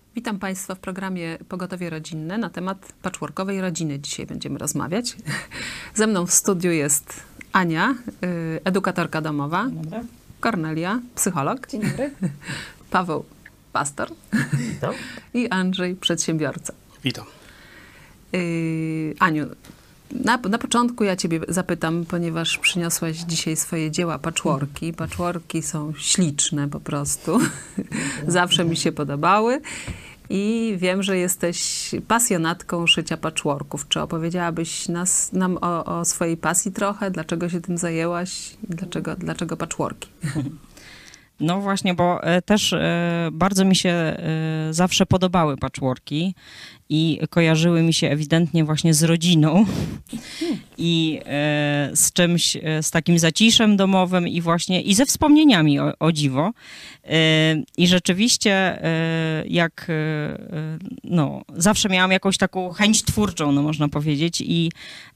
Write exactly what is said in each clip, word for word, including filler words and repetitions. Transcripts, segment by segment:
Witam Państwa w programie Pogotowie Rodzinne na temat patchworkowej rodziny. Dzisiaj będziemy rozmawiać. Ze mną w studiu jest Ania, edukatorka domowa, Dobra. Kornelia, psycholog, Dzień dobry. Paweł, pastor. Witam. I Andrzej, przedsiębiorca. Witam. Yy, Aniu, na, na początku ja Ciebie zapytam, ponieważ przyniosłaś dzisiaj swoje dzieła patchworki. Patchworki są śliczne po prostu. Zawsze mi się podobały. I wiem, że jesteś pasjonatką szycia patchworków. Czy opowiedziałabyś nas, nam o, o swojej pasji trochę? Dlaczego się tym zajęłaś? Dlaczego, dlaczego patchworki? No właśnie, bo też bardzo mi się zawsze podobały patchworki i kojarzyły mi się ewidentnie właśnie z rodziną i z czymś, z takim zaciszem domowym i właśnie i ze wspomnieniami o, o dziwo. I rzeczywiście jak, no, zawsze miałam jakąś taką chęć twórczą, no można powiedzieć, i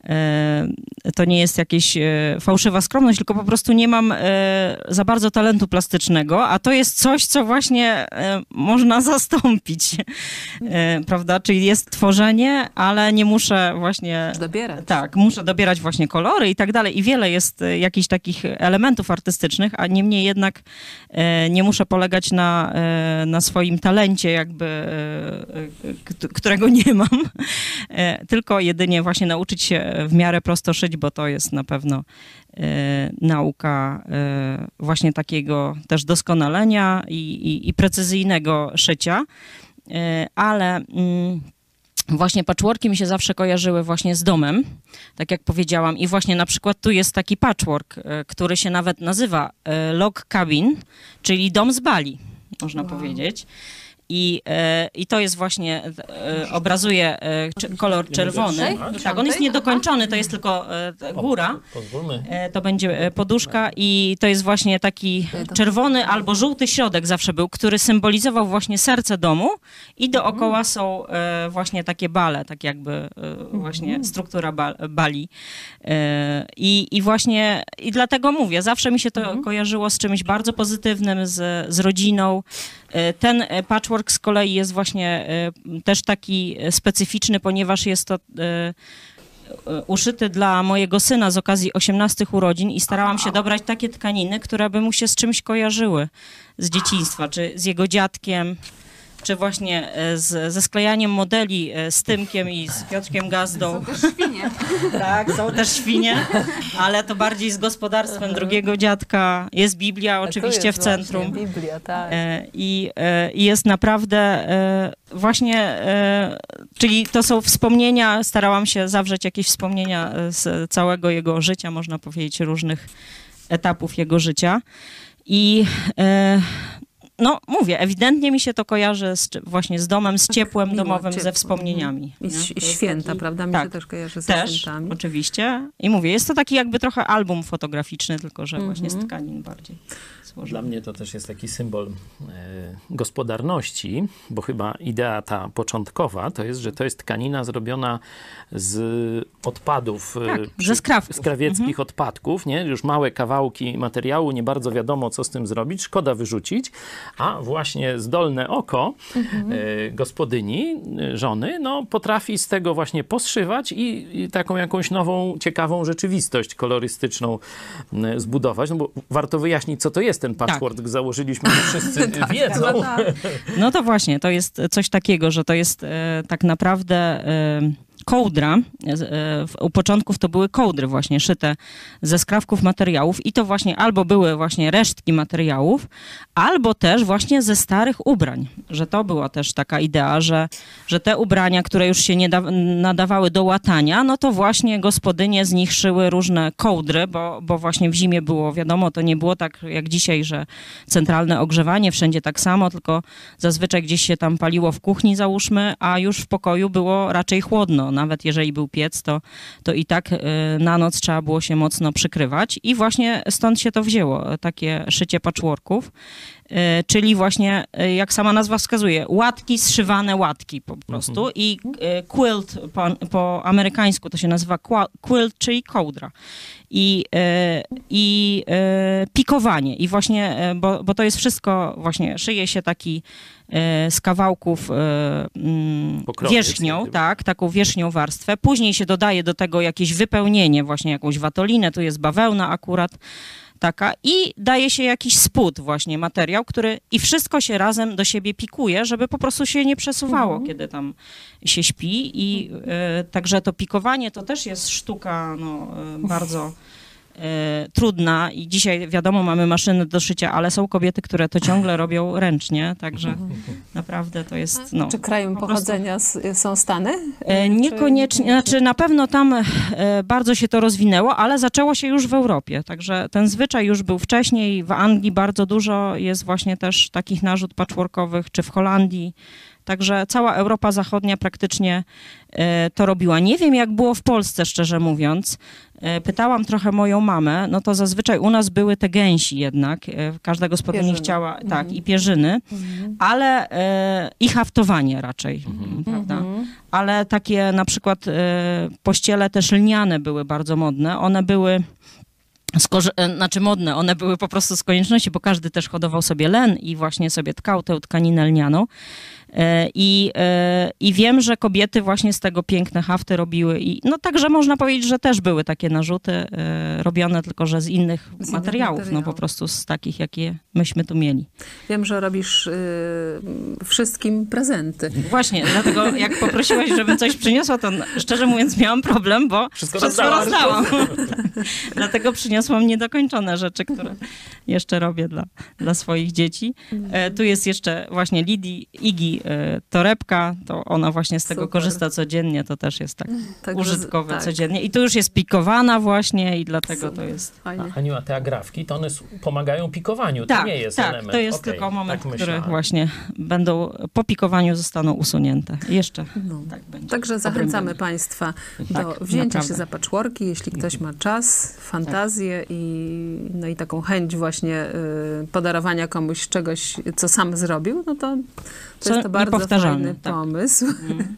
to nie jest jakaś fałszywa skromność, tylko po prostu nie mam za bardzo talentu plastycznego, a to jest coś, co właśnie można zastąpić, prawda? Czyli jest tworzenie, ale nie muszę właśnie... Dobierać. Tak, muszę dobierać właśnie kolory i tak dalej. I wiele jest jakichś takich elementów artystycznych, a niemniej jednak nie muszę polegać na, na swoim talencie, jakby, którego nie mam, tylko jedynie właśnie nauczyć się w miarę prosto szyć, bo to jest na pewno nauka właśnie takiego też doskonalenia i, i, i precyzyjnego szycia. Ale właśnie patchworki mi się zawsze kojarzyły właśnie z domem, tak jak powiedziałam. I właśnie na przykład tu jest taki patchwork, który się nawet nazywa log cabin, czyli dom z Bali, można wow. powiedzieć. I, e, I to jest właśnie, e, obrazuje e, czy, kolor czerwony. Tak, on jest niedokończony, to jest tylko e, góra. E, to będzie poduszka i to jest właśnie taki czerwony albo żółty środek zawsze był, który symbolizował właśnie serce domu i dookoła są e, właśnie takie bale, tak jakby e, właśnie struktura ba, bali. E, i, I właśnie, i dlatego mówię, zawsze mi się to kojarzyło z czymś bardzo pozytywnym, z, z rodziną. Ten patchwork z kolei jest właśnie też taki specyficzny, ponieważ jest to uszyty dla mojego syna z okazji osiemnastych urodzin i starałam się dobrać takie tkaniny, które by mu się z czymś kojarzyły z dzieciństwa, czy z jego dziadkiem, czy właśnie z, ze sklejaniem modeli z Tymkiem i z Piotrkiem Gazdą. Są też świnie. Tak, są też świnie, ale to bardziej z gospodarstwem drugiego dziadka. Jest Biblia oczywiście jest w centrum. Biblia, tak. I, I jest naprawdę właśnie, czyli to są wspomnienia, starałam się zawrzeć jakieś wspomnienia z całego jego życia, można powiedzieć, różnych etapów jego życia. I no, mówię, ewidentnie mi się to kojarzy z, właśnie z domem, z ciepłem Miło, domowym, ciepło. ze wspomnieniami. I, I święta, taki, prawda? Mi tak, się też kojarzy ze też, świętami. Oczywiście. I mówię, jest to taki jakby trochę album fotograficzny, tylko że właśnie z Mhm. tkanin bardziej złożony. Dla mnie to też jest taki symbol e, gospodarności, bo chyba idea ta początkowa to jest, że to jest tkanina zrobiona z odpadów, Tak, e, ze skrawków. z krawieckich Mhm. odpadków, nie? Już małe kawałki materiału, nie bardzo wiadomo, co z tym zrobić, szkoda wyrzucić, a właśnie zdolne oko mhm. e, gospodyni, e, żony, no potrafi z tego właśnie poszywać i, i taką jakąś nową, ciekawą rzeczywistość kolorystyczną e, zbudować, no bo warto wyjaśnić, co to jest ten patchwork. Tak. Założyliśmy, że wszyscy tak, wiedzą. Tak. No to właśnie, to jest coś takiego, że to jest e, tak naprawdę e, kołdra. E, u początków to były kołdry właśnie szyte ze skrawków materiałów i to właśnie albo były właśnie resztki materiałów, albo też właśnie ze starych ubrań. Że to była też taka idea, że, że te ubrania, które już się nie da, nadawały do łatania, no to właśnie gospodynie z nich szyły różne kołdry, bo, bo właśnie w zimie było, wiadomo, to nie było tak jak dzisiaj, że centralne ogrzewanie, wszędzie tak samo, tylko zazwyczaj gdzieś się tam paliło w kuchni, załóżmy, a już w pokoju było raczej chłodno. Nawet jeżeli był piec, to, to i tak na noc trzeba było się mocno przykrywać. I właśnie stąd się to wzięło, takie szycie patchworków. czyli właśnie, jak sama nazwa wskazuje, łatki, zszywane łatki po prostu. Mhm. I quilt po, po amerykańsku to się nazywa quilt, czyli kołdra. I, i pikowanie. I właśnie, bo, bo to jest wszystko, właśnie szyje się taki z kawałków Pokrowiec, wierzchnią, tak, taką wierzchnią warstwę. Później się dodaje do tego jakieś wypełnienie, właśnie jakąś watolinę, tu jest bawełna akurat taka i daje się jakiś spód właśnie, materiał, który i wszystko się razem do siebie pikuje, żeby po prostu się nie przesuwało, mhm. kiedy tam się śpi i y, także to pikowanie to też jest sztuka no, y, bardzo y, trudna i dzisiaj wiadomo mamy maszyny do szycia, ale są kobiety, które to ciągle robią ręcznie, także mhm. naprawdę to jest no, czy krajem pochodzenia prostu... są Stany? Y, niekoniecznie, czy... znaczy na pewno tam y, bardzo się to rozwinęło, ale zaczęło się już w Europie, także ten zwyczaj już był wcześniej, w Anglii bardzo dużo jest właśnie też takich narzut patchworkowych, czy w Holandii. Także cała Europa Zachodnia praktycznie e, to robiła. Nie wiem, jak było w Polsce, szczerze mówiąc. E, pytałam trochę moją mamę, no to zazwyczaj u nas były te gęsi jednak. E, każda gospodyni pierzyny. chciała, mhm. tak, i pierzyny, mhm. ale e, i haftowanie raczej, mhm. prawda? Mhm. Ale takie na przykład e, pościele też lniane były bardzo modne. One były... Skorzy- znaczy modne, one były po prostu z konieczności, bo każdy też hodował sobie len i właśnie sobie tkał tę tkaninę lnianą. I, I wiem, że kobiety właśnie z tego piękne hafty robiły i no także można powiedzieć, że też były takie narzuty robione, tylko że z innych z materiałów, innych no po prostu z takich, jakie myśmy tu mieli. Wiem, że robisz y, wszystkim prezenty. Właśnie, dlatego jak poprosiłaś, żebym coś przyniosła, to szczerze mówiąc miałam problem, bo wszystko, wszystko rozdałam. Dlatego przyniosłam niedokończone rzeczy, które jeszcze robię dla, dla swoich dzieci. E, tu jest jeszcze właśnie Lidii, Igi torebka, to ona właśnie z tego Super. korzysta codziennie, to też jest tak Także, użytkowe tak. codziennie. I tu już jest pikowana właśnie i dlatego Super. to jest... Fajnie. A, Aniu, a te agrafki, to one pomagają pikowaniu, tak, to nie jest tak, element. to jest okay, tylko moment, tak który właśnie będą, po pikowaniu zostaną usunięte. Jeszcze no. tak będzie. Także zachęcamy obrębione. Państwa do tak, wzięcia naprawdę. się za patchworki, jeśli ktoś ma czas, fantazję tak. i, no i taką chęć właśnie y, podarowania komuś czegoś, co sam zrobił, no to to jest to bardzo fajny tak. pomysł. Mm.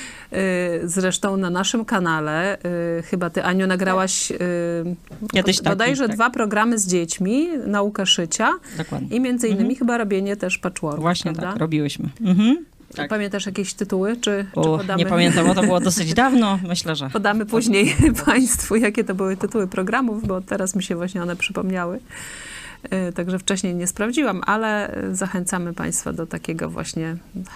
Zresztą na naszym kanale, chyba ty, Aniu, nagrałaś Kiedyś bodajże tak. dwa programy z dziećmi, naukę szycia. Dokładnie. I między innymi mhm. chyba robienie też patchworku. Właśnie prawda? tak, robiłyśmy. Mhm. Tak. Pamiętasz jakieś tytuły, czy, o, czy podamy? Nie pamiętam, bo to było dosyć dawno, myślę, że... Podamy później Państwu, jakie to były tytuły programów, bo teraz mi się właśnie one przypomniały. Także wcześniej nie sprawdziłam, ale zachęcamy Państwa do takiego właśnie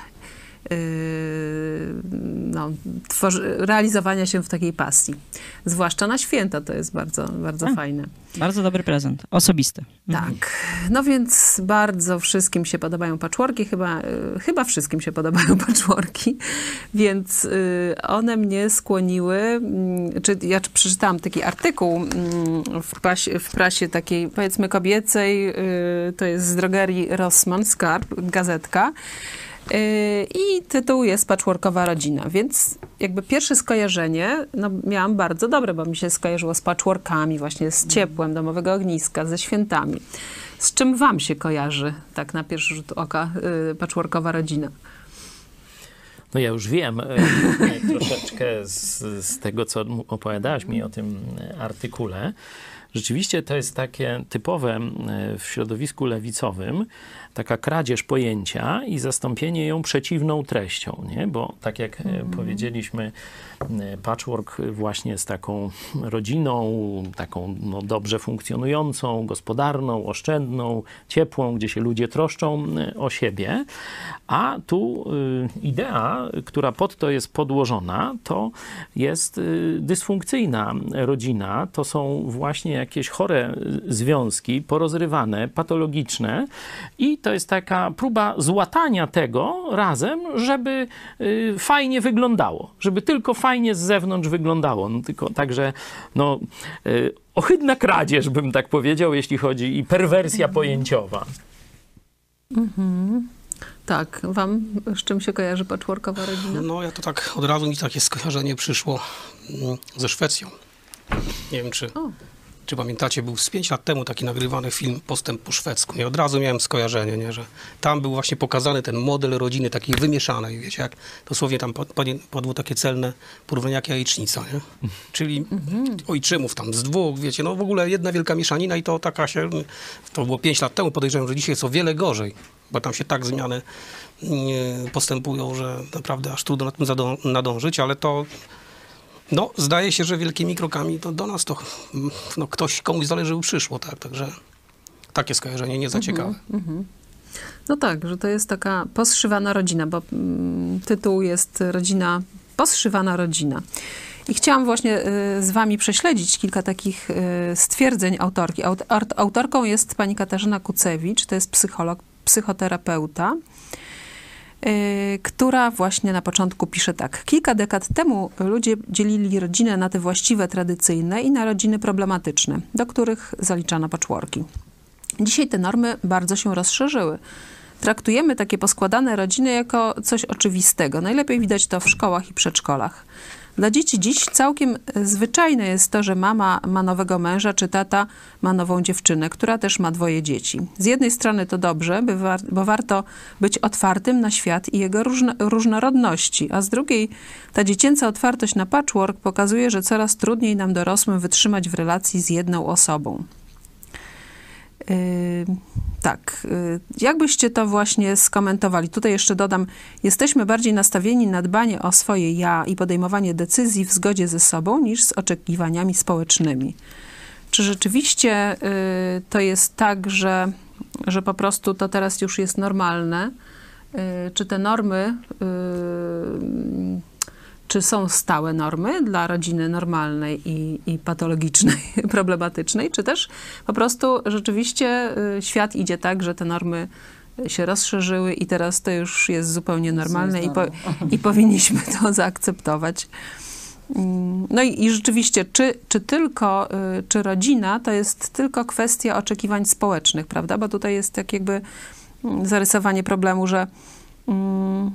no, tworzy, realizowania się w takiej pasji. Zwłaszcza na święta to jest bardzo, bardzo A, fajne. Bardzo dobry prezent, osobisty. Tak. No więc bardzo wszystkim się podobają patchworki, chyba, chyba wszystkim się podobają patchworki, więc one mnie skłoniły, czy ja przeczytałam taki artykuł w prasie, w prasie takiej, powiedzmy, kobiecej, to jest z drogerii Rossmann Skarb, gazetka, i tytuł jest Patchworkowa rodzina, więc jakby pierwsze skojarzenie no, miałam bardzo dobre, bo mi się skojarzyło z patchworkami, właśnie z ciepłem domowego ogniska, ze świętami. Z czym wam się kojarzy, tak na pierwszy rzut oka, yy, patchworkowa rodzina? No ja już wiem troszeczkę z, z tego, co opowiadałaś mi o tym artykule. Rzeczywiście to jest takie typowe w środowisku lewicowym, taka kradzież pojęcia i zastąpienie ją przeciwną treścią, nie? Bo tak jak mm. powiedzieliśmy, patchwork właśnie z taką rodziną, taką no, dobrze funkcjonującą, gospodarną, oszczędną, ciepłą, gdzie się ludzie troszczą o siebie, a tu y, idea, która pod to jest podłożona, to jest y, dysfunkcyjna rodzina, to są właśnie jakieś chore związki, porozrywane, patologiczne i to jest taka próba złatania tego razem, żeby y, fajnie wyglądało, żeby tylko fajnie z zewnątrz wyglądało. No, tylko także no, y, ohydna kradzież, bym tak powiedział, jeśli chodzi i perwersja mhm. pojęciowa. Mhm. Tak, wam z czym się kojarzy patchworkowa rodzina? No ja to tak od razu mi takie skojarzenie przyszło ze Szwecją. Nie wiem, czy... O. czy pamiętacie, był z pięć lat temu taki nagrywany film Postęp po szwedzku. I od razu miałem skojarzenie, nie, że tam był właśnie pokazany ten model rodziny takiej wymieszanej, wiecie, jak dosłownie tam padło takie celne porównanie jak jajecznica, nie? Czyli mhm. ojczymów tam z dwóch, wiecie, no w ogóle jedna wielka mieszanina i to taka się, to było pięć lat temu, podejrzewam, że dzisiaj jest o wiele gorzej, bo tam się tak zmiany postępują, że naprawdę aż trudno na tym nadążyć, ale to no, zdaje się, że wielkimi krokami to do nas to no, ktoś, komuś zależy, przyszło, tak, także takie skojarzenie nie za ciekawe. Mm-hmm, mm-hmm. No tak, że to jest taka poszywana rodzina, bo mm, tytuł jest rodzina, poszywana rodzina. I chciałam właśnie y, z wami prześledzić kilka takich y, stwierdzeń autorki. Aut, autorką jest pani Katarzyna Kucewicz, to jest psycholog, psychoterapeuta, która właśnie na początku pisze tak. Kilka dekad temu ludzie dzielili rodzinę na te właściwe, tradycyjne i na rodziny problematyczne, do których zaliczano patchworki. Dzisiaj te normy bardzo się rozszerzyły. Traktujemy takie poskładane rodziny jako coś oczywistego. Najlepiej widać to w szkołach i przedszkolach. Dla dzieci dziś całkiem zwyczajne jest to, że mama ma nowego męża, czy tata ma nową dziewczynę, która też ma dwoje dzieci. Z jednej strony to dobrze, by war- bo warto być otwartym na świat i jego różno- różnorodności, a z drugiej ta dziecięca otwartość na patchwork pokazuje, że coraz trudniej nam dorosłym wytrzymać w relacji z jedną osobą. Yy, tak, yy, jakbyście to właśnie skomentowali? Tutaj jeszcze dodam, jesteśmy bardziej nastawieni na dbanie o swoje ja i podejmowanie decyzji w zgodzie ze sobą niż z oczekiwaniami społecznymi. Czy rzeczywiście yy, to jest tak, że, że po prostu to teraz już jest normalne? Yy, czy te normy... Yy, Czy są stałe normy dla rodziny normalnej i, i patologicznej, problematycznej, czy też po prostu rzeczywiście świat idzie tak, że te normy się rozszerzyły i teraz to już jest zupełnie normalne i, po, i powinniśmy to zaakceptować. No i, i rzeczywiście, czy, czy tylko, czy rodzina to jest tylko kwestia oczekiwań społecznych, prawda? Bo tutaj jest tak jakby zarysowanie problemu, że mm,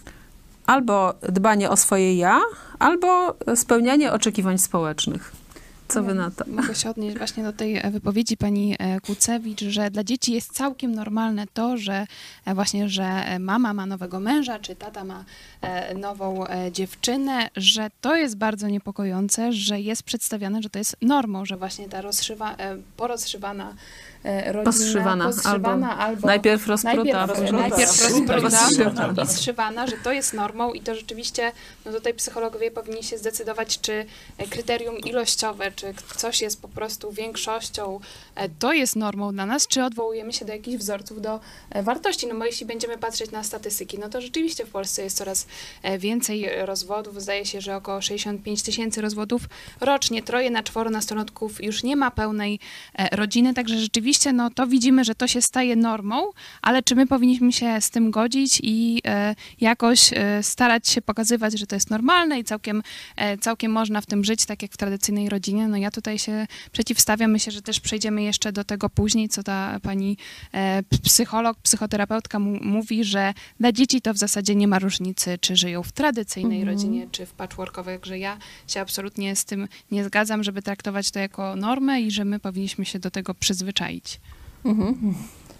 albo dbanie o swoje ja, albo spełnianie oczekiwań społecznych. Co wy na to? Mogę się odnieść właśnie do tej wypowiedzi pani Kucewicz, że dla dzieci jest całkiem normalne to, że właśnie, że mama ma nowego męża, czy tata ma nową dziewczynę, że to jest bardzo niepokojące, że jest przedstawiane, że to jest normą, że właśnie ta rozszywa, porozszywana rodzina, poszywana, poszywana albo, albo najpierw rozpruta, najpierw, najpierw rozpruta i zszywana, że to jest normą i to rzeczywiście, no tutaj psychologowie powinni się zdecydować, czy kryterium ilościowe, czy coś jest po prostu większością, to jest normą dla nas, czy odwołujemy się do jakichś wzorców, do wartości. No bo jeśli będziemy patrzeć na statystyki, no to rzeczywiście w Polsce jest coraz więcej rozwodów. Zdaje się, że około sześćdziesiąt pięć tysięcy rozwodów rocznie. Troje na czworo nastolatków już nie ma pełnej rodziny, także rzeczywiście no to widzimy, że to się staje normą, ale czy my powinniśmy się z tym godzić i e, jakoś e, starać się pokazywać, że to jest normalne i całkiem, e, całkiem można w tym żyć, tak jak w tradycyjnej rodzinie. No ja tutaj się przeciwstawiam. Myślę, że też przejdziemy jeszcze do tego później, co ta pani e, psycholog, psychoterapeutka m- mówi, że dla dzieci to w zasadzie nie ma różnicy, czy żyją w tradycyjnej mhm. rodzinie, czy w patchworkowej. Także ja się absolutnie z tym nie zgadzam, żeby traktować to jako normę i że my powinniśmy się do tego przyzwyczaić. Mhm.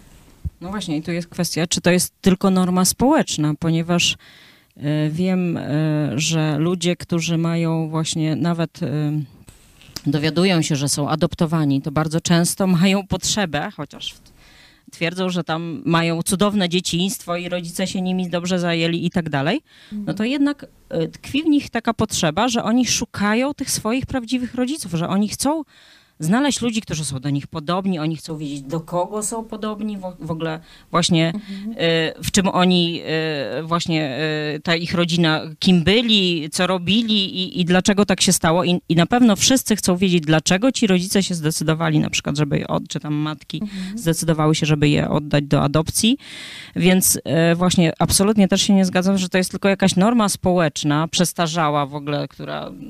No właśnie, i tu jest kwestia, czy to jest tylko norma społeczna, ponieważ y, wiem, y, że ludzie, którzy mają właśnie nawet y, dowiadują się, że są adoptowani, to bardzo często mają potrzebę, chociaż twierdzą, że tam mają cudowne dzieciństwo i rodzice się nimi dobrze zajęli i tak dalej, no to jednak y, tkwi w nich taka potrzeba, że oni szukają tych swoich prawdziwych rodziców, że oni chcą znaleźć ludzi, którzy są do nich podobni, oni chcą wiedzieć, do kogo są podobni, w, w ogóle właśnie mhm. y, w czym oni, y, właśnie y, ta ich rodzina, kim byli, co robili i, i dlaczego tak się stało. I, I na pewno wszyscy chcą wiedzieć, dlaczego ci rodzice się zdecydowali, na przykład, żeby je od, czy tam matki mhm. zdecydowały się, żeby je oddać do adopcji. Więc y, właśnie absolutnie też się nie zgadzam, że to jest tylko jakaś norma społeczna, przestarzała w ogóle, która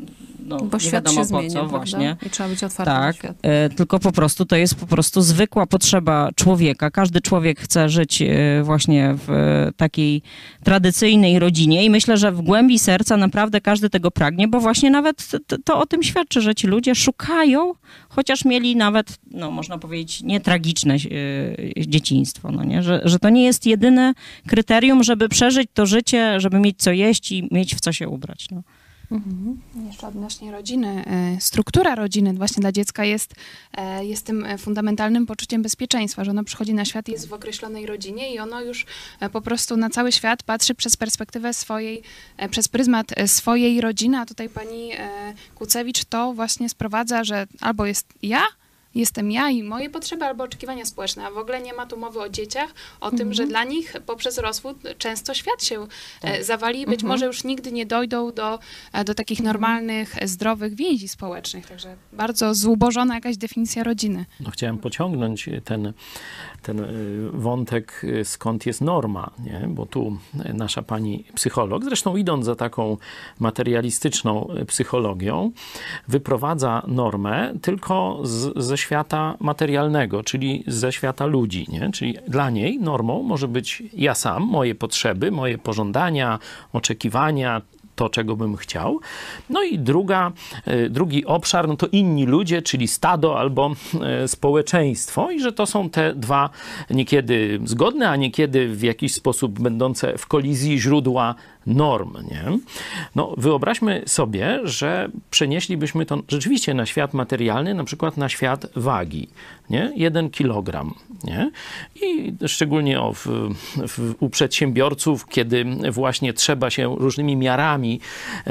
no, Bo nie świat wiadomo się po zmienia, co prawda? właśnie. I trzeba być otwartym Tak, na świat. e, tylko po prostu to jest po prostu zwykła potrzeba człowieka. Każdy człowiek chce żyć e, właśnie w e, takiej tradycyjnej rodzinie i myślę, że w głębi serca naprawdę każdy tego pragnie, bo właśnie nawet to, to o tym świadczy, że ci ludzie szukają, chociaż mieli nawet, no można powiedzieć, nietragiczne e, dzieciństwo, no nie? Że, że to nie jest jedyne kryterium, żeby przeżyć to życie, żeby mieć co jeść i mieć w co się ubrać. No. Mhm. Jeszcze odnośnie rodziny. e, Struktura rodziny właśnie dla dziecka jest, e, jest tym e, fundamentalnym poczuciem bezpieczeństwa, że ono przychodzi na świat i jest w określonej rodzinie i ono już e, po prostu na cały świat patrzy przez perspektywę swojej, e, przez pryzmat e, swojej rodziny, a tutaj pani e, Kucewicz to właśnie sprowadza, że albo jest ja, jestem ja i moje potrzeby albo oczekiwania społeczne, a w ogóle nie ma tu mowy o dzieciach, o tym, że dla nich poprzez rozwód często świat się e, zawali i być może już nigdy nie dojdą do, e, do takich normalnych, e, zdrowych więzi społecznych. Także bardzo zubożona jakaś definicja rodziny. No, chciałem pociągnąć ten, ten y, wątek, y, skąd jest norma, nie? Bo tu y, nasza pani psycholog, zresztą idąc za taką materialistyczną y, psychologią, wyprowadza normę tylko z, ze świata materialnego, czyli ze świata ludzi, nie? Czyli dla niej normą może być ja sam, moje potrzeby, moje pożądania, oczekiwania, to, czego bym chciał. No i druga, drugi obszar, no to inni ludzie, czyli stado albo społeczeństwo i że to są te dwa niekiedy zgodne, a niekiedy w jakiś sposób będące w kolizji źródła norm, nie? No wyobraźmy sobie, że przenieślibyśmy to rzeczywiście na świat materialny, na przykład na świat wagi, nie? Jeden kilogram, nie? I szczególnie o, w, w, u przedsiębiorców, kiedy właśnie trzeba się różnymi miarami,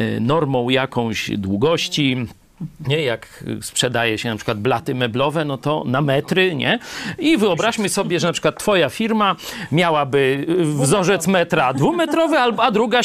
normą jakąś długości, nie, jak sprzedaje się na przykład blaty meblowe, no to na metry, nie? I wyobraźmy sobie, że na przykład twoja firma miałaby wzorzec metra dwumetrowy, a druga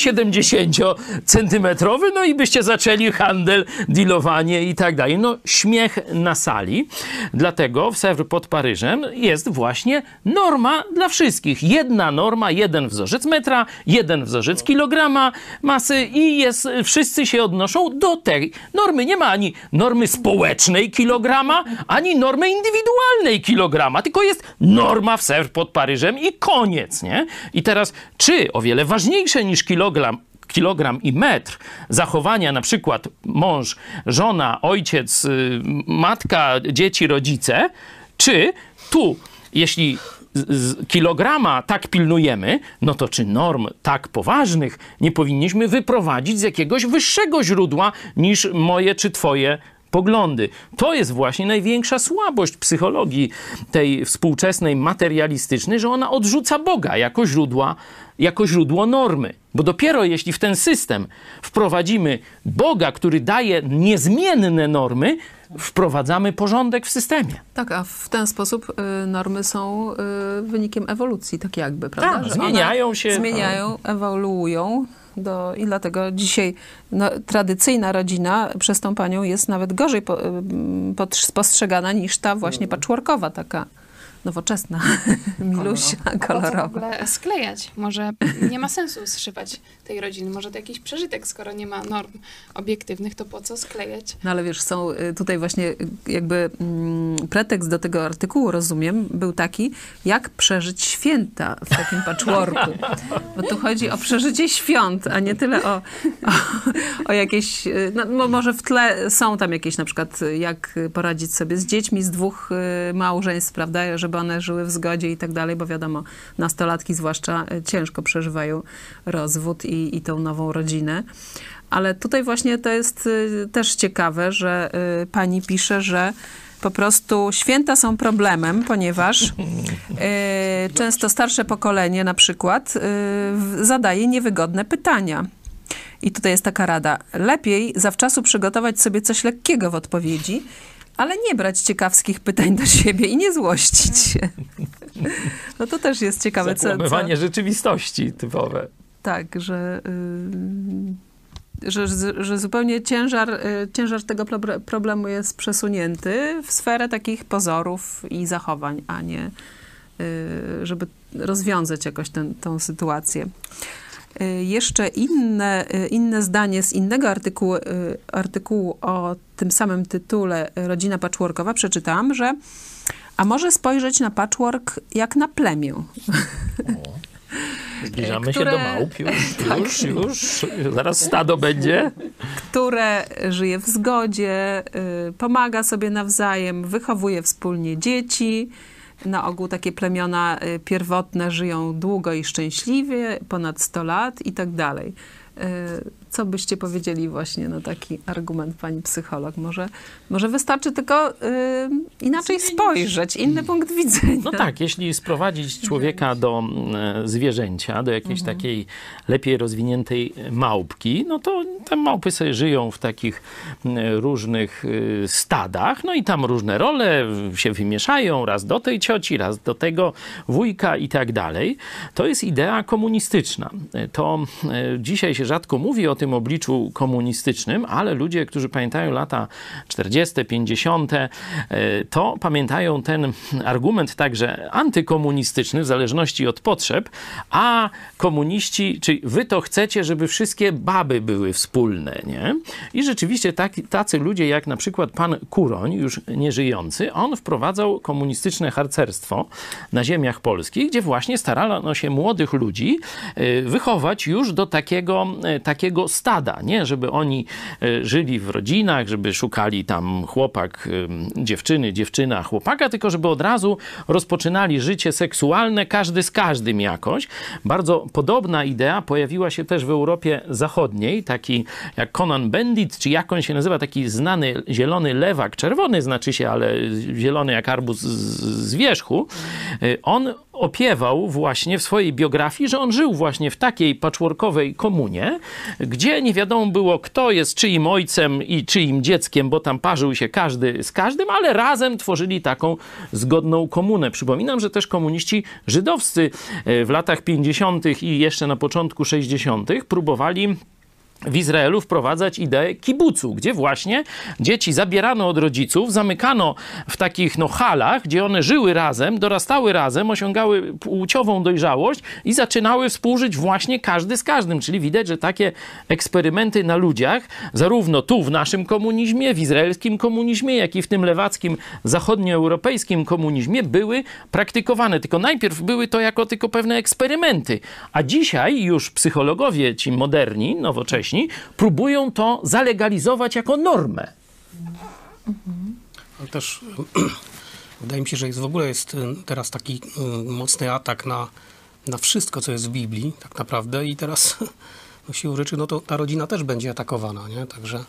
siedemdziesięciocentymetrowy, no i byście zaczęli handel, dealowanie i tak dalej. No śmiech na sali. Dlatego w Sèvres pod Paryżem jest właśnie norma dla wszystkich. Jedna norma, jeden wzorzec metra, jeden wzorzec kilograma masy i jest, wszyscy się odnoszą do tej normy. Nie ma ani normy społecznej kilograma, ani normy indywidualnej kilograma, tylko jest norma w Sèvres pod Paryżem i koniec, nie? I teraz, czy o wiele ważniejsze niż kilogram, kilogram i metr zachowania na przykład mąż, żona, ojciec, matka, dzieci, rodzice, czy tu, jeśli z kilograma tak pilnujemy, no to czy norm tak poważnych nie powinniśmy wyprowadzić z jakiegoś wyższego źródła niż moje czy twoje poglądy. To jest właśnie największa słabość psychologii tej współczesnej, materialistycznej, że ona odrzuca Boga jako źródła, jako źródło normy. Bo dopiero jeśli w ten system wprowadzimy Boga, który daje niezmienne normy, wprowadzamy porządek w systemie. Tak, a w ten sposób y, normy są y, wynikiem ewolucji, tak jakby, prawda? Tak, Że zmieniają one się. Zmieniają, ewoluują. Do, I dlatego dzisiaj no, tradycyjna rodzina przez tą panią jest nawet gorzej po, y, pod, postrzegana niż ta właśnie patchworkowa, taka nowoczesna, milusia, kolorowa. Po co w ogóle sklejać? Może nie ma sensu zszywać tej rodziny. Może to jakiś przeżytek, skoro nie ma norm obiektywnych, to po co sklejać? No ale wiesz, są tutaj właśnie jakby mm, pretekst do tego artykułu, rozumiem, był taki, jak przeżyć święta w takim patchworku. Bo tu chodzi o przeżycie świąt, a nie tyle o, o, o jakieś, no może w tle są tam jakieś na przykład, jak poradzić sobie z dziećmi z dwóch małżeństw, prawda, żeby one żyły w zgodzie i tak dalej, bo wiadomo, nastolatki zwłaszcza ciężko przeżywają rozwód i, i tą nową rodzinę. Ale tutaj właśnie to jest y, też ciekawe, że y, pani pisze, że po prostu święta są problemem, ponieważ y, często starsze pokolenie na przykład y, zadaje niewygodne pytania. I tutaj jest taka rada. Lepiej zawczasu przygotować sobie coś lekkiego w odpowiedzi, ale nie brać ciekawskich pytań do siebie i nie złościć się. No to też jest ciekawe. Zakłamywanie co, co... rzeczywistości typowe. Tak, że, yy, że, że zupełnie ciężar, yy, ciężar tego problemu jest przesunięty w sferę takich pozorów i zachowań, a nie yy, żeby rozwiązać jakoś tę sytuację. Jeszcze inne, inne zdanie z innego artykułu, artykułu o tym samym tytule Rodzina patchworkowa przeczytałam, że a może spojrzeć na patchwork jak na plemię. Zbliżamy które, się do małp, już, tak, już, już, zaraz stado będzie. Które żyje w zgodzie, pomaga sobie nawzajem, wychowuje wspólnie dzieci. Na ogół takie plemiona pierwotne żyją długo i szczęśliwie, ponad sto lat i tak dalej. Co byście powiedzieli właśnie na taki argument, pani psycholog? Może, może wystarczy tylko y, inaczej spojrzeć, inny punkt widzenia. No tak, jeśli sprowadzić człowieka do e, zwierzęcia, do jakiejś mhm. takiej lepiej rozwiniętej małpki, no to te małpy sobie żyją w takich e, różnych e, stadach, no i tam różne role się wymieszają, raz do tej cioci, raz do tego wujka i tak dalej. To jest idea komunistyczna. To e, dzisiaj się rzadko mówi o tym obliczu komunistycznym, ale ludzie, którzy pamiętają lata czterdzieste, pięćdziesiąte, to pamiętają ten argument także antykomunistyczny, w zależności od potrzeb, a komuniści, czyli wy to chcecie, żeby wszystkie baby były wspólne, nie? I rzeczywiście tak, tacy ludzie jak na przykład pan Kuroń, już nieżyjący, on wprowadzał komunistyczne harcerstwo na ziemiach polskich, gdzie właśnie starano się młodych ludzi wychować już do takiego, takiego stada, nie? Żeby oni żyli w rodzinach, żeby szukali tam chłopak, dziewczyny, dziewczyna, chłopaka, tylko żeby od razu rozpoczynali życie seksualne, każdy z każdym jakoś. Bardzo podobna idea pojawiła się też w Europie Zachodniej, taki jak Conan Bendit, czy jak on się nazywa, taki znany zielony lewak, czerwony znaczy się, ale zielony jak arbuz z wierzchu. On opiewał właśnie w swojej biografii, że on żył właśnie w takiej patchworkowej komunie, gdzie nie wiadomo było, kto jest czyim ojcem i czyim dzieckiem, bo tam parzył się każdy z każdym, ale razem tworzyli taką zgodną komunę. Przypominam, że też komuniści żydowscy w latach pięćdziesiątych i jeszcze na początku sześćdziesiątych próbowali w Izraelu wprowadzać ideę kibucu, gdzie właśnie dzieci zabierano od rodziców, zamykano w takich no, halach, gdzie one żyły razem, dorastały razem, osiągały płciową dojrzałość i zaczynały współżyć właśnie każdy z każdym. Czyli widać, że takie eksperymenty na ludziach, zarówno tu w naszym komunizmie, w izraelskim komunizmie, jak i w tym lewackim, zachodnioeuropejskim komunizmie były praktykowane. Tylko najpierw były to jako tylko pewne eksperymenty. A dzisiaj już psychologowie, ci moderni, nowocześni, próbują to zalegalizować jako normę. Ale też wydaje mi się, że jest w ogóle jest teraz taki mocny atak na, na wszystko, co jest w Biblii, tak naprawdę. I teraz no, siłą rzeczy, no to ta rodzina też będzie atakowana, nie? Także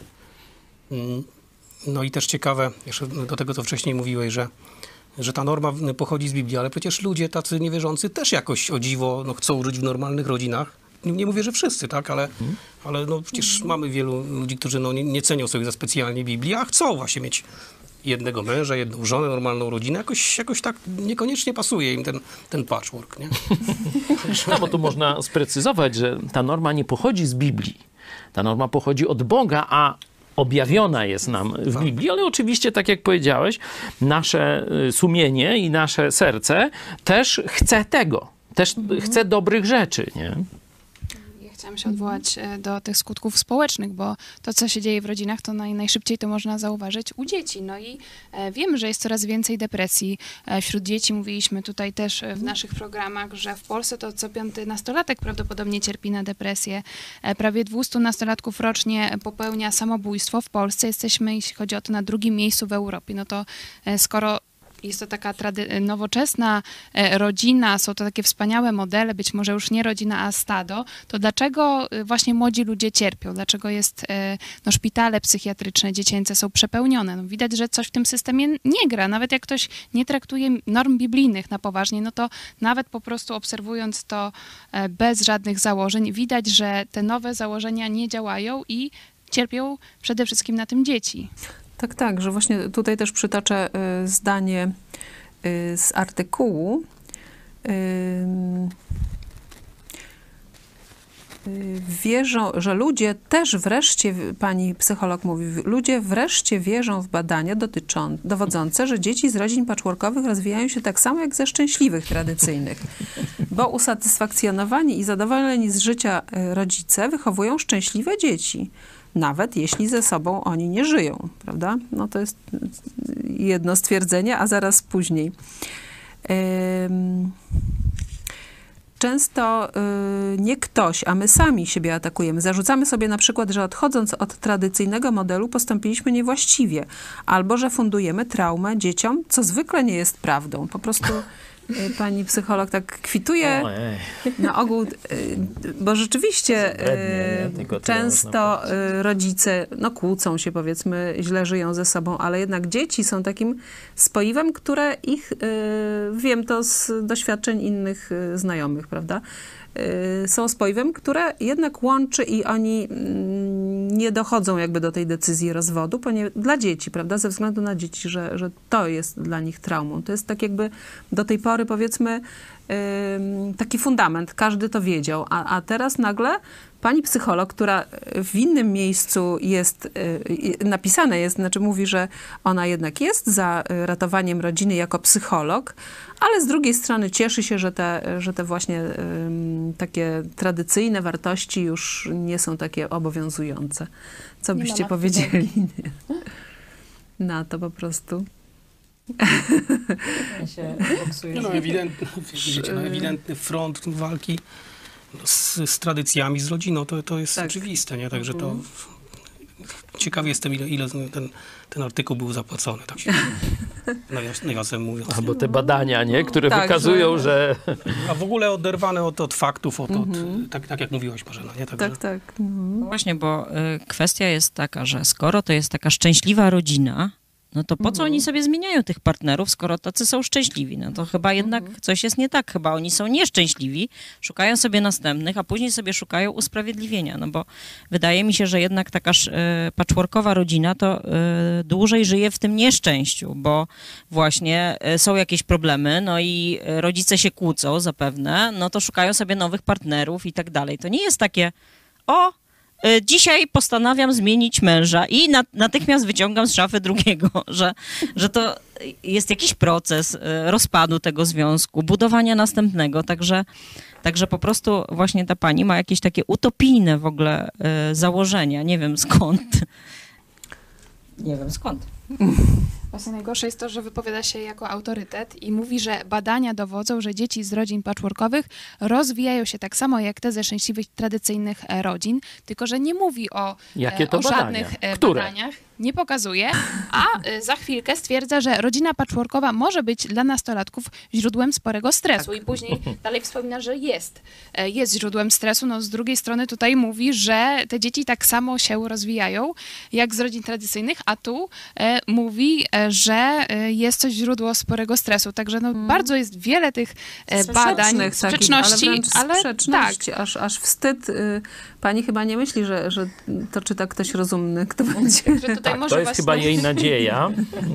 no i też ciekawe, jeszcze do tego, co wcześniej mówiłeś, że że ta norma pochodzi z Biblii, ale przecież ludzie tacy niewierzący też jakoś, o dziwo, no, chcą żyć w normalnych rodzinach. Nie, nie mówię, że wszyscy, tak, ale, hmm. ale no przecież mamy wielu ludzi, którzy no, nie, nie cenią sobie za specjalnie Biblii, a chcą właśnie mieć jednego męża, jedną żonę, normalną rodzinę. Jakoś, jakoś tak niekoniecznie pasuje im ten, ten patchwork, nie? No, bo tu można sprecyzować, że ta norma nie pochodzi z Biblii. Ta norma pochodzi od Boga, a objawiona jest nam w Biblii, ale oczywiście, tak jak powiedziałeś, nasze sumienie i nasze serce też chce tego. Też chce dobrych rzeczy, nie? Chciałam się odwołać do tych skutków społecznych, bo to, co się dzieje w rodzinach, to naj, najszybciej to można zauważyć u dzieci. No i e, wiemy, że jest coraz więcej depresji e, wśród dzieci. Mówiliśmy tutaj też w naszych programach, że w Polsce to co piąty nastolatek prawdopodobnie cierpi na depresję. E, prawie dwieście nastolatków rocznie popełnia samobójstwo. W Polsce jesteśmy, jeśli chodzi o to, na drugim miejscu w Europie. No to e, skoro jest to taka trady- nowoczesna e, rodzina, są to takie wspaniałe modele, być może już nie rodzina, a stado, to dlaczego właśnie młodzi ludzie cierpią? Dlaczego jest, e, no, szpitale psychiatryczne, dziecięce są przepełnione? No, widać, że coś w tym systemie nie gra. Nawet jak ktoś nie traktuje norm biblijnych na poważnie, no to nawet po prostu obserwując to e, bez żadnych założeń, widać, że te nowe założenia nie działają i cierpią przede wszystkim na tym dzieci. Tak, tak, że właśnie tutaj też przytaczę y, zdanie y, z artykułu. Y, wierzą, że ludzie też wreszcie, pani psycholog mówi, ludzie wreszcie wierzą w badania dotyczą, dowodzące, że dzieci z rodzin patchworkowych rozwijają się tak samo jak ze szczęśliwych, tradycyjnych. Bo usatysfakcjonowani i zadowoleni z życia rodzice wychowują szczęśliwe dzieci. Nawet jeśli ze sobą oni nie żyją, prawda? No to jest jedno stwierdzenie, a zaraz później. Ym... Często y, nie ktoś, a my sami siebie atakujemy. Zarzucamy sobie na przykład, że odchodząc od tradycyjnego modelu postąpiliśmy niewłaściwie, albo że fundujemy traumę dzieciom, co zwykle nie jest prawdą. Po prostu y, pani psycholog tak kwituje Ojej. na ogół, y, bo rzeczywiście Brednie, y, często y, rodzice no, kłócą się, powiedzmy, źle żyją ze sobą, ale jednak dzieci są takim spoiwem, które ich, y, wiem to z doświadczeń innych y, znajomych, prawda, y, są spoiwem, które jednak łączy i oni y, nie dochodzą jakby do tej decyzji rozwodu, ponieważ dla dzieci, prawda, ze względu na dzieci, że, że to jest dla nich traumą. To jest tak jakby do tej pory, powiedzmy, y, taki fundament, każdy to wiedział, a, a teraz nagle pani psycholog, która w innym miejscu jest, y, napisane jest, znaczy mówi, że ona jednak jest za ratowaniem rodziny jako psycholog, ale z drugiej strony cieszy się, że te, że te właśnie y, takie tradycyjne wartości już nie są takie obowiązujące. Co Nie byście ma powiedzieli na to po prostu? się No, ewidentny, widzicie, no, ewidentny front walki z, z tradycjami, z rodziną, to, to jest Tak. oczywiste, nie? Także to ciekawy jestem, ile, ile ten, ten artykuł był zapłacony, tak się nawiasem mówiąc. Albo te badania, nie? Które Tak, wykazują, że... A w ogóle oderwane od, od faktów, od, od, tak, tak jak mówiłaś, Marzena, nie? Także, Tak, tak. Mhm. No właśnie, bo y, kwestia jest taka, że skoro to jest taka szczęśliwa rodzina, no to po co oni sobie zmieniają tych partnerów, skoro tacy są szczęśliwi? No to chyba jednak coś jest nie tak. Chyba oni są nieszczęśliwi, szukają sobie następnych, a później sobie szukają usprawiedliwienia. No bo wydaje mi się, że jednak taka y, patchworkowa rodzina to y, dłużej żyje w tym nieszczęściu, bo właśnie y, są jakieś problemy, no i y, rodzice się kłócą zapewne, no to szukają sobie nowych partnerów i tak dalej. To nie jest takie, o, dzisiaj postanawiam zmienić męża i nat- natychmiast wyciągam z szafy drugiego, że, że to jest jakiś proces rozpadu tego związku, budowania następnego, także, także po prostu właśnie ta pani ma jakieś takie utopijne w ogóle y, założenia, nie wiem skąd. Nie wiem skąd. Właśnie najgorsze jest to, że wypowiada się jako autorytet i mówi, że badania dowodzą, że dzieci z rodzin patchworkowych rozwijają się tak samo jak te ze szczęśliwych, tradycyjnych e, rodzin, tylko że nie mówi o, Jakie e, to o badania? żadnych e, Które? badaniach, nie pokazuje, a e, za chwilkę stwierdza, że rodzina patchworkowa może być dla nastolatków źródłem sporego stresu i później dalej wspomina, że jest, e, jest źródłem stresu. No z drugiej strony tutaj mówi, że te dzieci tak samo się rozwijają jak z rodzin tradycyjnych, a tu e, mówi, e, że e, jest to źródło sporego stresu. Także no, Mm. bardzo jest wiele tych e, badań, Sprzecznych takich, sprzeczności, ale, wręcz ale, sprzeczności, tak. aż, aż wstyd. Y, pani chyba nie myśli, że, że to czyta ktoś rozumny, kto będzie... Że tutaj Tak, może to jest właśnie, chyba jej nadzieja.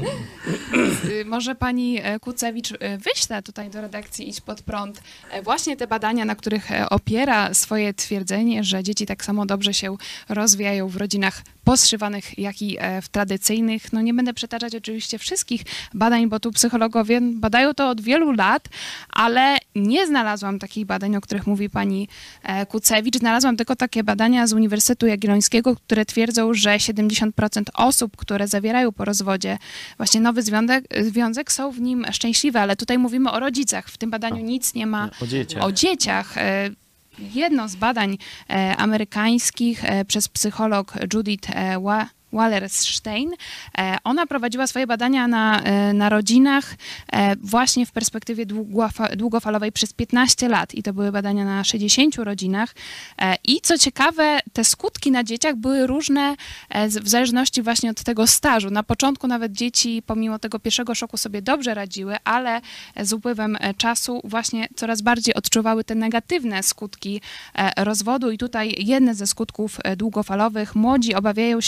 y, może pani e, Kucewicz e, wyśle tutaj do redakcji Idź Pod Prąd e, właśnie te badania, na których e, opiera swoje twierdzenie, że dzieci tak samo dobrze się rozwijają w rodzinach poszywanych, jak i e, w tradycyjnych. No nie będę przetaczać oczywiście wszystkich badań, bo tu psychologowie badają to od wielu lat, ale nie znalazłam takich badań, o których mówi pani e, Kucewicz. Znalazłam tylko takie badania z Uniwersytetu Jagiellońskiego, które twierdzą, że siedemdziesiąt procent osób, które zawierają po rozwodzie właśnie nowy związek, związek są w nim szczęśliwe, ale tutaj mówimy o rodzicach. W tym badaniu nic nie ma O dzieciach. o dzieciach. E, Jedno z badań e, amerykańskich e, przez psycholog Judith e, Wa- Wallerstein. E, ona prowadziła swoje badania na, e, na rodzinach e, właśnie w perspektywie długofa- długofalowej przez piętnaście lat i to były badania na sześćdziesięciu rodzinach. E, I co ciekawe, te skutki na dzieciach były różne e, z- w zależności właśnie od tego stażu. Na początku nawet dzieci pomimo tego pierwszego szoku sobie dobrze radziły, ale z upływem e, czasu właśnie coraz bardziej odczuwały te negatywne skutki e, rozwodu i tutaj jedne ze skutków e, długofalowych. Młodzi obawiają się odrzucenia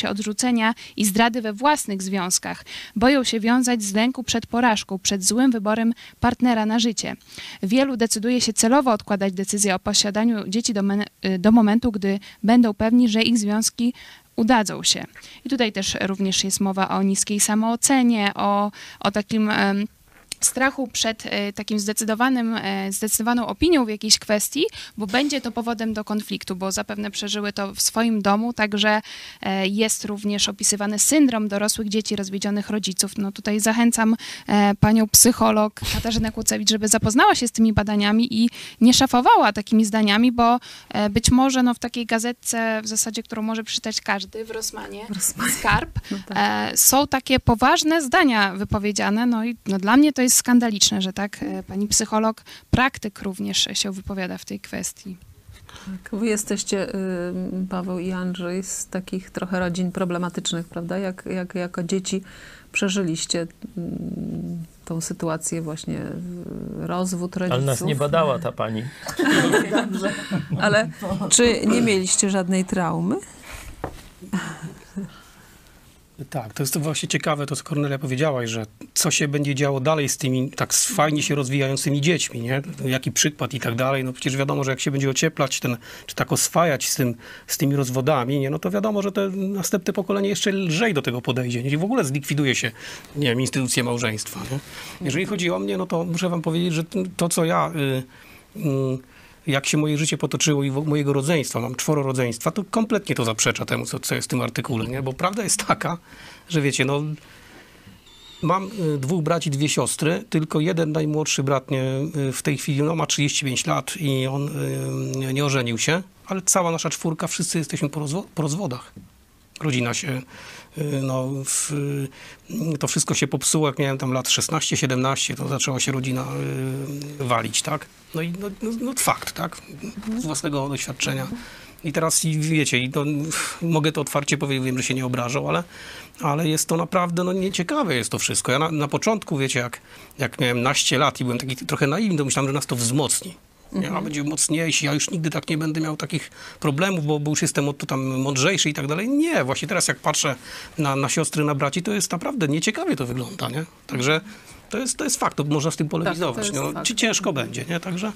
zagrożenia i zdrady we własnych związkach. Boją się wiązać z lęku przed porażką, przed złym wyborem partnera na życie. Wielu decyduje się celowo odkładać decyzję o posiadaniu dzieci do, do momentu, gdy będą pewni, że ich związki udadzą się. I tutaj też również jest mowa o niskiej samoocenie, o, o takim um, strachu przed e, takim zdecydowanym, e, zdecydowaną opinią w jakiejś kwestii, bo będzie to powodem do konfliktu, bo zapewne przeżyły to w swoim domu, także e, jest również opisywany syndrom dorosłych dzieci rozwiedzionych rodziców. No tutaj zachęcam e, panią psycholog Katarzynę Kłócewicz, żeby zapoznała się z tymi badaniami i nie szafowała takimi zdaniami, bo e, być może no, w takiej gazetce w zasadzie, którą może przeczytać każdy w Rossmanie, W Rossmanie. Skarb, No tak. e, są takie poważne zdania wypowiedziane, no i no, dla mnie to jest skandaliczne, że tak e, pani psycholog, praktyk również się wypowiada w tej kwestii. Tak. Wy jesteście, y, Paweł i Andrzej, z takich trochę rodzin problematycznych, prawda? Jak, jak jako dzieci przeżyliście y, tą sytuację właśnie, y, rozwód rodziców. Ale nas nie badała ta pani. Ale czy nie mieliście żadnej traumy? Tak, to jest to właśnie ciekawe, to co Kornelia powiedziałaś, że co się będzie działo dalej z tymi tak fajnie się rozwijającymi dziećmi, nie? Jaki przykład i tak dalej. No przecież wiadomo, że jak się będzie ocieplać ten, czy tak oswajać z, tym, z tymi rozwodami, nie? No to wiadomo, że te następne pokolenie jeszcze lżej do tego podejdzie. Nie? I w ogóle zlikwiduje się, nie wiem, instytucję małżeństwa. Nie? Jeżeli chodzi o mnie, no to muszę wam powiedzieć, że to, co ja... Y, y, jak się moje życie potoczyło i mojego rodzeństwa, mam czworo rodzeństwa, to kompletnie to zaprzecza temu, co, co jest w tym artykule, nie? Bo prawda jest taka, że wiecie, no mam y, dwóch braci, dwie siostry, tylko jeden najmłodszy brat nie, y, w tej chwili no, ma trzydzieści pięć lat i on y, nie ożenił się, ale cała nasza czwórka, wszyscy jesteśmy po, rozwo- po rozwodach. Rodzina się, y, no, w, y, to wszystko się popsuło, jak miałem tam lat szesnaście siedemnaście, to zaczęła się rodzina y, walić, tak? No i no, no, no fakt, tak? Z własnego doświadczenia. I teraz i wiecie, i to, mogę to otwarcie powiedzieć, wiem, że się nie obrażą, ale, ale jest to naprawdę no, nieciekawe jest to wszystko. Ja na, na początku, wiecie, jak, jak miałem naście lat i byłem taki trochę naiwny, to myślałem, że nas to wzmocni. Nie? A będzie mocniejsi, ja już nigdy tak nie będę miał takich problemów, bo, bo już jestem od, tam mądrzejszy i tak dalej. Nie, właśnie teraz jak patrzę na, na siostry, na braci, to jest naprawdę nieciekawie to wygląda, nie? Także to jest, to jest fakt, to można z tym polemizować. Tak, no, fakt. Czy ciężko będzie, nie? Także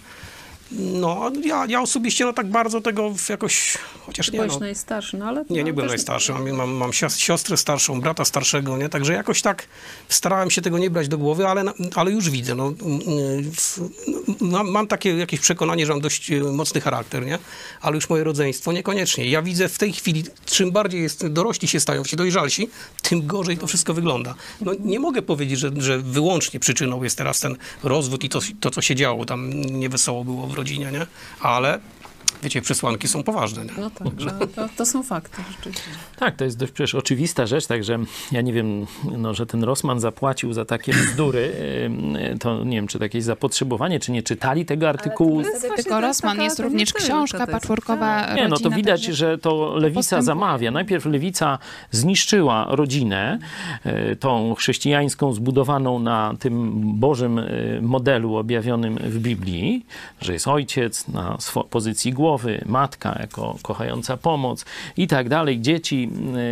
no, ja, ja osobiście no tak bardzo tego jakoś, chociaż nie Byłeś no, najstarszy, no ale... nie, nie no, byłem też- najstarszy, mam, mam, mam sios- siostrę starszą, brata starszego, nie? Także jakoś tak starałem się tego nie brać do głowy, ale, na- ale już widzę, no, mm, w- mam, mam takie jakieś przekonanie, że mam dość e, mocny charakter, nie? Ale już moje rodzeństwo niekoniecznie. Ja widzę w tej chwili, czym bardziej jest, dorośli się stają, się dojrzalsi, tym gorzej to wszystko wygląda. No, nie mogę powiedzieć, że, że wyłącznie przyczyną jest teraz ten rozwód i to, to, co się działo, tam niewesoło było w rodzinie, nie? Ale wiecie, przesłanki są poważne, nie? No tak, no, to, to są fakty rzeczywiście. Tak, to jest dość przecież oczywista rzecz, także ja nie wiem, no, że ten Rossmann zapłacił za takie bzdury, ym, to nie wiem, czy to jakieś zapotrzebowanie, czy nie czytali tego artykułu. to jest właśnie Tylko to jest Rossmann, taka- jest to nie również tylko, książka to jest- patchworkowa tak. Nie, no to rodzina, widać, także że to lewica postępuje. zamawia. Najpierw lewica zniszczyła rodzinę, y, tą chrześcijańską, zbudowaną na tym Bożym y, modelu objawionym w Biblii, że jest ojciec na swo- pozycji głowy, matka jako kochająca pomoc i tak dalej. Dzieci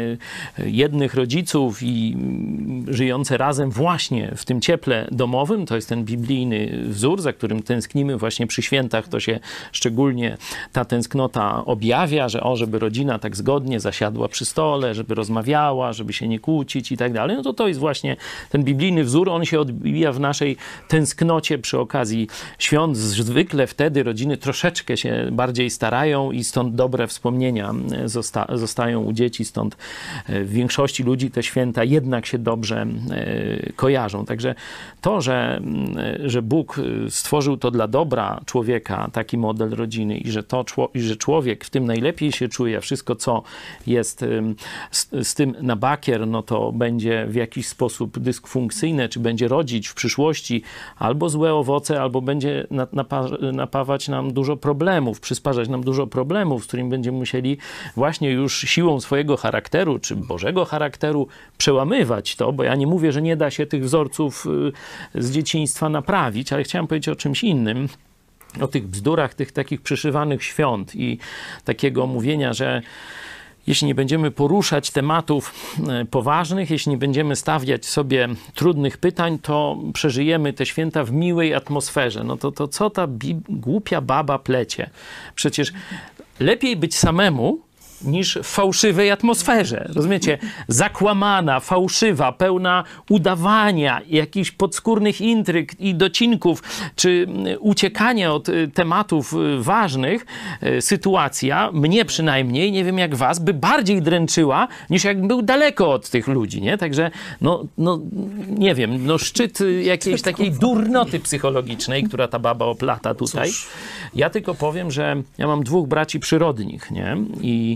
y, jednych rodziców i y, żyjące razem właśnie w tym cieple domowym. To jest ten biblijny wzór, za którym tęsknimy właśnie przy świętach. To się szczególnie ta tęsknota objawia, że o, żeby rodzina tak zgodnie zasiadła przy stole, żeby rozmawiała, żeby się nie kłócić i tak dalej. No to to jest właśnie ten biblijny wzór. On się odbija w naszej tęsknocie przy okazji świąt. Zwykle wtedy rodziny troszeczkę się bardziej starają i stąd dobre wspomnienia zosta- zostają u dzieci, stąd w większości ludzi te święta jednak się dobrze e, kojarzą. Także to, że, że Bóg stworzył to dla dobra człowieka, taki model rodziny i że, to, czło- i że człowiek w tym najlepiej się czuje, a wszystko, co jest em, z, z tym na bakier, no to będzie w jakiś sposób dysfunkcyjne, czy będzie rodzić w przyszłości albo złe owoce, albo będzie na- napa- napawać nam dużo problemów, przysparzać nam dużo problemów, z którymi będziemy musieli właśnie już siłą swojego charakteru, czy Bożego charakteru przełamywać to, bo ja nie mówię, że nie da się tych wzorców y, z dzieciństwa naprawić, ale chciałem powiedzieć o czymś innym, o tych bzdurach, tych takich przyszywanych świąt i takiego mówienia, że jeśli nie będziemy poruszać tematów poważnych, jeśli nie będziemy stawiać sobie trudnych pytań, to przeżyjemy te święta w miłej atmosferze. No to, to co ta bi- głupia baba plecie? Przecież lepiej być samemu, niż w fałszywej atmosferze. Rozumiecie? Zakłamana, fałszywa, pełna udawania, jakichś podskórnych intryg i docinków, czy uciekania od tematów ważnych, sytuacja, mnie przynajmniej, nie wiem jak was, by bardziej dręczyła, niż jak był daleko od tych ludzi, nie? Także, no, no nie wiem, no szczyt jakiejś takiej durnoty psychologicznej, która ta baba oplata tutaj. Cóż. Ja tylko powiem, że ja mam dwóch braci przyrodnich, nie? I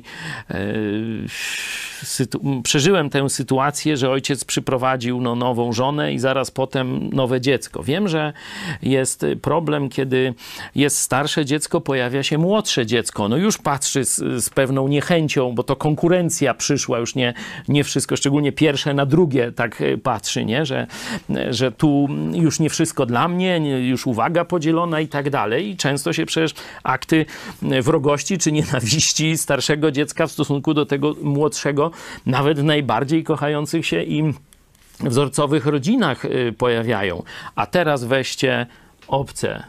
Sytu- przeżyłem tę sytuację, że ojciec przyprowadził no, nową żonę i zaraz potem nowe dziecko. Wiem, że jest problem, kiedy jest starsze dziecko, pojawia się młodsze dziecko. No już patrzy z, z pewną niechęcią, bo to konkurencja przyszła, już nie, nie wszystko, szczególnie pierwsze na drugie tak patrzy, nie? Że, że tu już nie wszystko dla mnie, już uwaga podzielona i tak dalej. I często się przecież akty wrogości czy nienawiści starszego dziecka w stosunku do tego młodszego, nawet w najbardziej kochających się i wzorcowych rodzinach pojawiają. A teraz weźcie obce,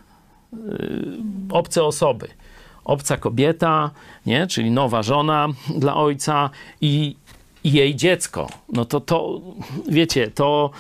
obce osoby. Obca kobieta, nie? Czyli nowa żona dla ojca i, i jej dziecko. No to, to, wiecie, to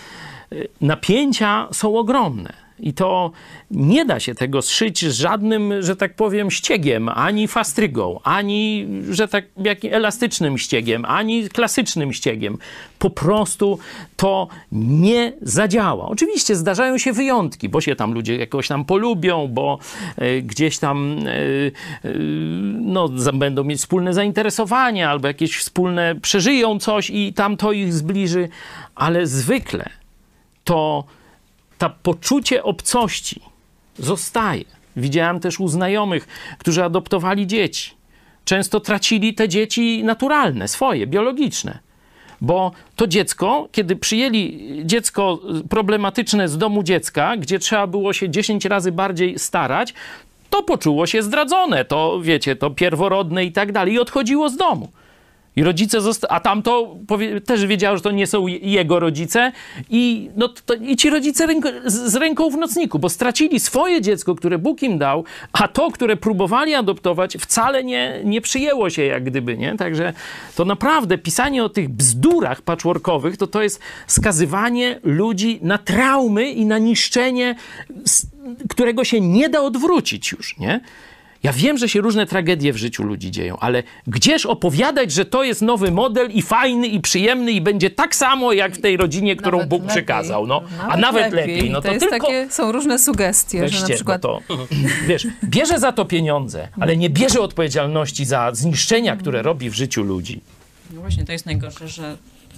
napięcia są ogromne. I to nie da się tego zszyć z żadnym, że tak powiem, ściegiem, ani fastrygą, ani, że tak, jak elastycznym ściegiem, ani klasycznym ściegiem. Po prostu to nie zadziała. Oczywiście zdarzają się wyjątki, bo się tam ludzie jakoś tam polubią, bo y, gdzieś tam y, y, no, będą mieć wspólne zainteresowania, albo jakieś wspólne, przeżyją coś i tam to ich zbliży, ale zwykle to to poczucie obcości zostaje. Widziałem też u znajomych, którzy adoptowali dzieci. Często tracili te dzieci naturalne, swoje, biologiczne. Bo to dziecko, kiedy przyjęli dziecko problematyczne z domu dziecka, gdzie trzeba było się dziesięć razy bardziej starać, to poczuło się zdradzone. To, wiecie, to pierworodne i tak dalej. I odchodziło z domu. I rodzice zosta- a tamto powie- też wiedział, że to nie są jego rodzice i, no, to, i ci rodzice ręko- z, z ręką w nocniku, bo stracili swoje dziecko, które Bóg im dał, a to, które próbowali adoptować, wcale nie, nie przyjęło się jak gdyby, nie? Także to naprawdę pisanie o tych bzdurach patchworkowych, to to jest skazywanie ludzi na traumy i na niszczenie, którego się nie da odwrócić już, nie? Ja wiem, że się różne tragedie w życiu ludzi dzieją, ale gdzież opowiadać, że to jest nowy model i fajny i przyjemny i będzie tak samo jak w tej rodzinie, którą nawet Bóg lepiej. przekazał. No, nawet a nawet lepiej. lepiej. No to, to jest tylko... takie, są różne sugestie, Weźcie, że na przykład... no to, wiesz, bierze za to pieniądze, ale nie bierze odpowiedzialności za zniszczenia, które robi w życiu ludzi. No właśnie, to jest najgorsze, że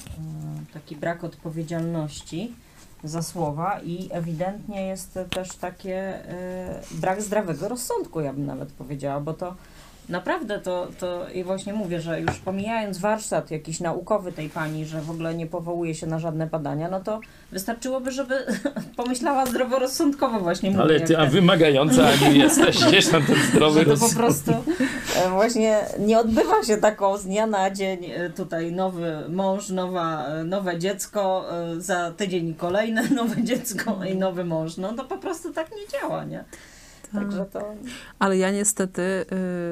taki brak odpowiedzialności za słowa i ewidentnie jest też takie y, brak zdrowego rozsądku, ja bym nawet powiedziała, bo to naprawdę to, to i właśnie mówię, że już pomijając warsztat jakiś naukowy tej pani, że w ogóle nie powołuje się na żadne badania, no to wystarczyłoby, żeby pomyślała zdroworozsądkowo właśnie. Mówię, Ale ty, a ten... wymagająca nie jesteś, gdzieś tam ten zdrowy to rozsądek. po prostu e, właśnie nie odbywa się taką z dnia na dzień e, tutaj nowy mąż, nowa, e, nowe dziecko, e, za tydzień kolejne nowe dziecko i nowy mąż. No to po prostu tak nie działa, nie? Także to... Ale ja niestety y,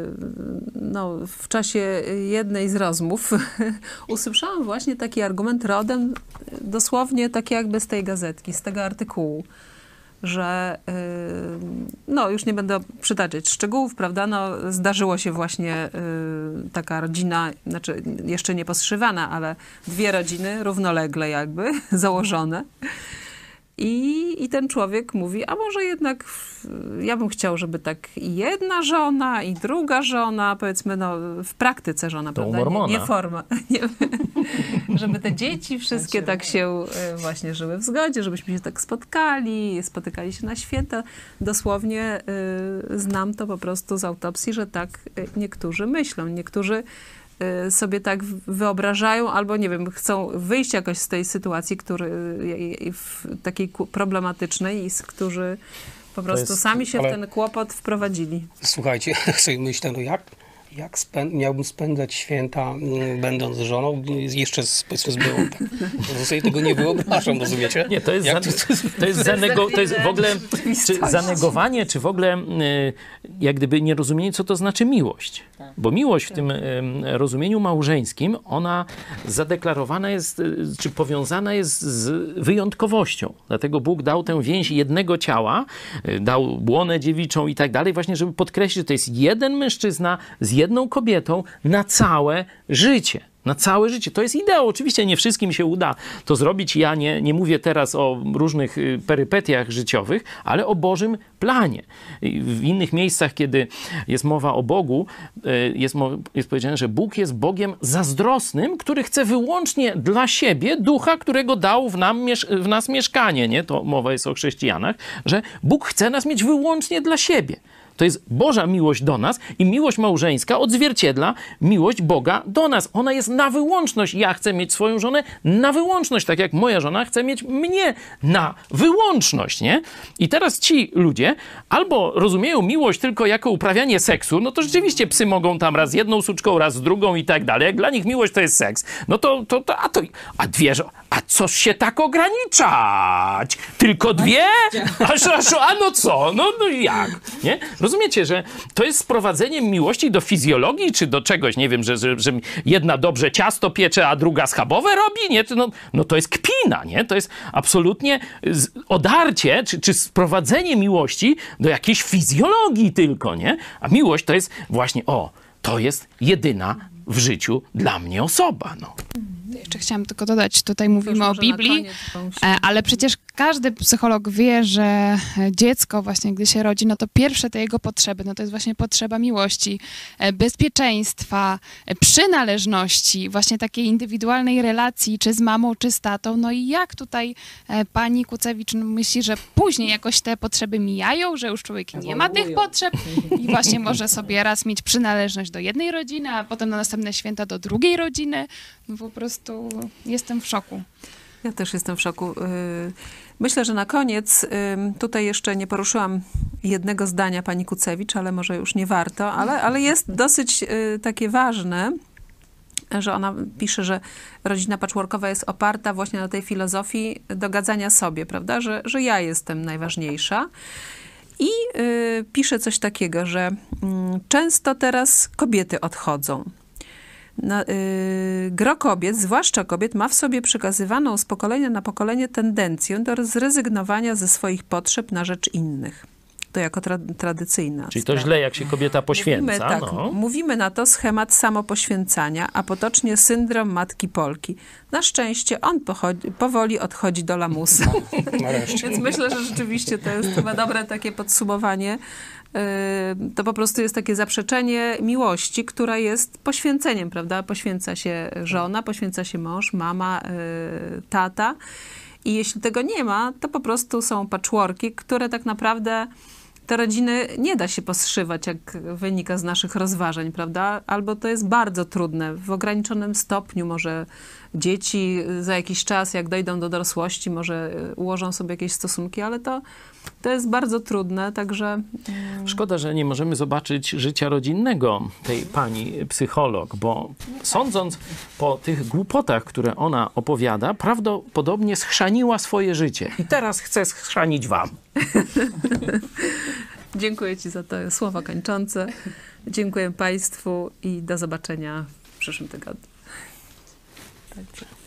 no, w czasie jednej z rozmów usłyszałam właśnie taki argument rodem dosłownie tak jakby z tej gazetki, z tego artykułu, że y, no już nie będę przytaczać szczegółów, prawda, no zdarzyło się właśnie y, taka rodzina, znaczy jeszcze nie poszywana, ale dwie rodziny równolegle jakby założone. I, I ten człowiek mówi, a może jednak ja bym chciał, żeby tak i jedna żona, i druga żona, powiedzmy, no w praktyce żona, To prawda? Mormona. Nie, nie forma. Nie, żeby te dzieci wszystkie tak się właśnie żyły w zgodzie, żebyśmy się tak spotkali, spotykali się na święta. Dosłownie y, znam to po prostu z autopsji, że tak niektórzy myślą. Niektórzy sobie tak wyobrażają, albo nie wiem, chcą wyjść jakoś z tej sytuacji, który, w takiej problematycznej i z którzy po prostu jest, sami się ale... w ten kłopot wprowadzili. Słuchajcie, sobie myślę, no jak Jak spę- miałbym spędzać święta, m, będąc z żoną, jeszcze z, powiedzmy z byłą, tak? No sobie tego nie wyobrażam, rozumiecie? Nie, to jest, Jak za, to jest, zanego, to jest w ogóle czy zanegowanie, czy w ogóle y, jak gdyby nierozumienie, co to znaczy miłość. Bo miłość w tym y, rozumieniu małżeńskim, ona zadeklarowana jest, y, czy powiązana jest z wyjątkowością. Dlatego Bóg dał tę więź jednego ciała, y, dał błonę dziewiczą i tak dalej, właśnie żeby podkreślić, że to jest jeden mężczyzna z jedną kobietą na całe życie. Na całe życie. To jest ideał. Oczywiście nie wszystkim się uda to zrobić. Ja nie, nie mówię teraz o różnych y, perypetiach życiowych, ale o Bożym planie. I w innych miejscach, kiedy jest mowa o Bogu, y, jest, mo- jest powiedziane, że Bóg jest Bogiem zazdrosnym, który chce wyłącznie dla siebie ducha, którego dał w, nam, miesz- w nas mieszkanie. Nie? To mowa jest o chrześcijanach, że Bóg chce nas mieć wyłącznie dla siebie. To jest Boża miłość do nas i miłość małżeńska odzwierciedla miłość Boga do nas. Ona jest na wyłączność. Ja chcę mieć swoją żonę na wyłączność, tak jak moja żona chce mieć mnie na wyłączność, nie? I teraz ci ludzie albo rozumieją miłość tylko jako uprawianie seksu, no to rzeczywiście psy mogą tam raz z jedną suczką, raz z drugą i tak dalej. Jak dla nich miłość to jest seks, no to, to, to a to, a dwie, a coż się tak ograniczać? Tylko dwie? Aż, aż, a no co? No, no jak? Nie? Rozumiecie, że to jest sprowadzeniem miłości do fizjologii, czy do czegoś, nie wiem, że, że, że jedna dobrze ciasto piecze, a druga schabowe robi? Nie? No, no to jest kpina, nie? To jest absolutnie odarcie, czy, czy sprowadzenie miłości do jakiejś fizjologii tylko, nie? A miłość to jest właśnie, o, to jest jedyna w życiu dla mnie osoba, no. Jeszcze chciałam tylko dodać, tutaj mówimy o Biblii, koniec, ale przecież każdy psycholog wie, że dziecko właśnie, gdy się rodzi, no to pierwsze te jego potrzeby, no to jest właśnie potrzeba miłości, bezpieczeństwa, przynależności, właśnie takiej indywidualnej relacji, czy z mamą, czy z tatą. No i jak tutaj pani Kucewicz myśli, że później jakoś te potrzeby mijają, że już człowiek nie ma tych potrzeb i właśnie może sobie raz mieć przynależność do jednej rodziny, a potem na następne święta do drugiej rodziny. No po prostu jestem w szoku. Ja też jestem w szoku. Myślę, że na koniec, tutaj jeszcze nie poruszyłam jednego zdania pani Kucewicz, ale może już nie warto, ale, ale jest dosyć takie ważne, że ona pisze, że rodzina patchworkowa jest oparta właśnie na tej filozofii dogadzania sobie, prawda, że, że ja jestem najważniejsza. I y, pisze coś takiego, że y, często teraz kobiety odchodzą. No, yy, gro kobiet, zwłaszcza kobiet, ma w sobie przekazywaną z pokolenia na pokolenie tendencję do zrezygnowania ze swoich potrzeb na rzecz innych. To jako tra- tradycyjna Czyli sprawa. to źle, jak się kobieta poświęca. Mówimy, tak, no. mówimy na to schemat samopoświęcania, a potocznie syndrom matki Polki. Na szczęście on pochodzi, powoli odchodzi do lamusa. Nareszcie. Więc myślę, że rzeczywiście to jest chyba dobre takie podsumowanie. To po prostu jest takie zaprzeczenie miłości, która jest poświęceniem, prawda? Poświęca się żona, poświęca się mąż, mama, tata. I jeśli tego nie ma, to po prostu są patchworki, które tak naprawdę te rodziny nie da się poszywać, jak wynika z naszych rozważań, prawda? Albo to jest bardzo trudne, w ograniczonym stopniu może dzieci za jakiś czas, jak dojdą do dorosłości, może ułożą sobie jakieś stosunki, ale to, to jest bardzo trudne, także... Szkoda, że nie możemy zobaczyć życia rodzinnego tej pani psycholog, bo sądząc po tych głupotach, które ona opowiada, prawdopodobnie schrzaniła swoje życie. I teraz chce schrzanić wam. Dziękuję ci za te słowa kończące. Dziękuję państwu i do zobaczenia w przyszłym tygodniu. Tak.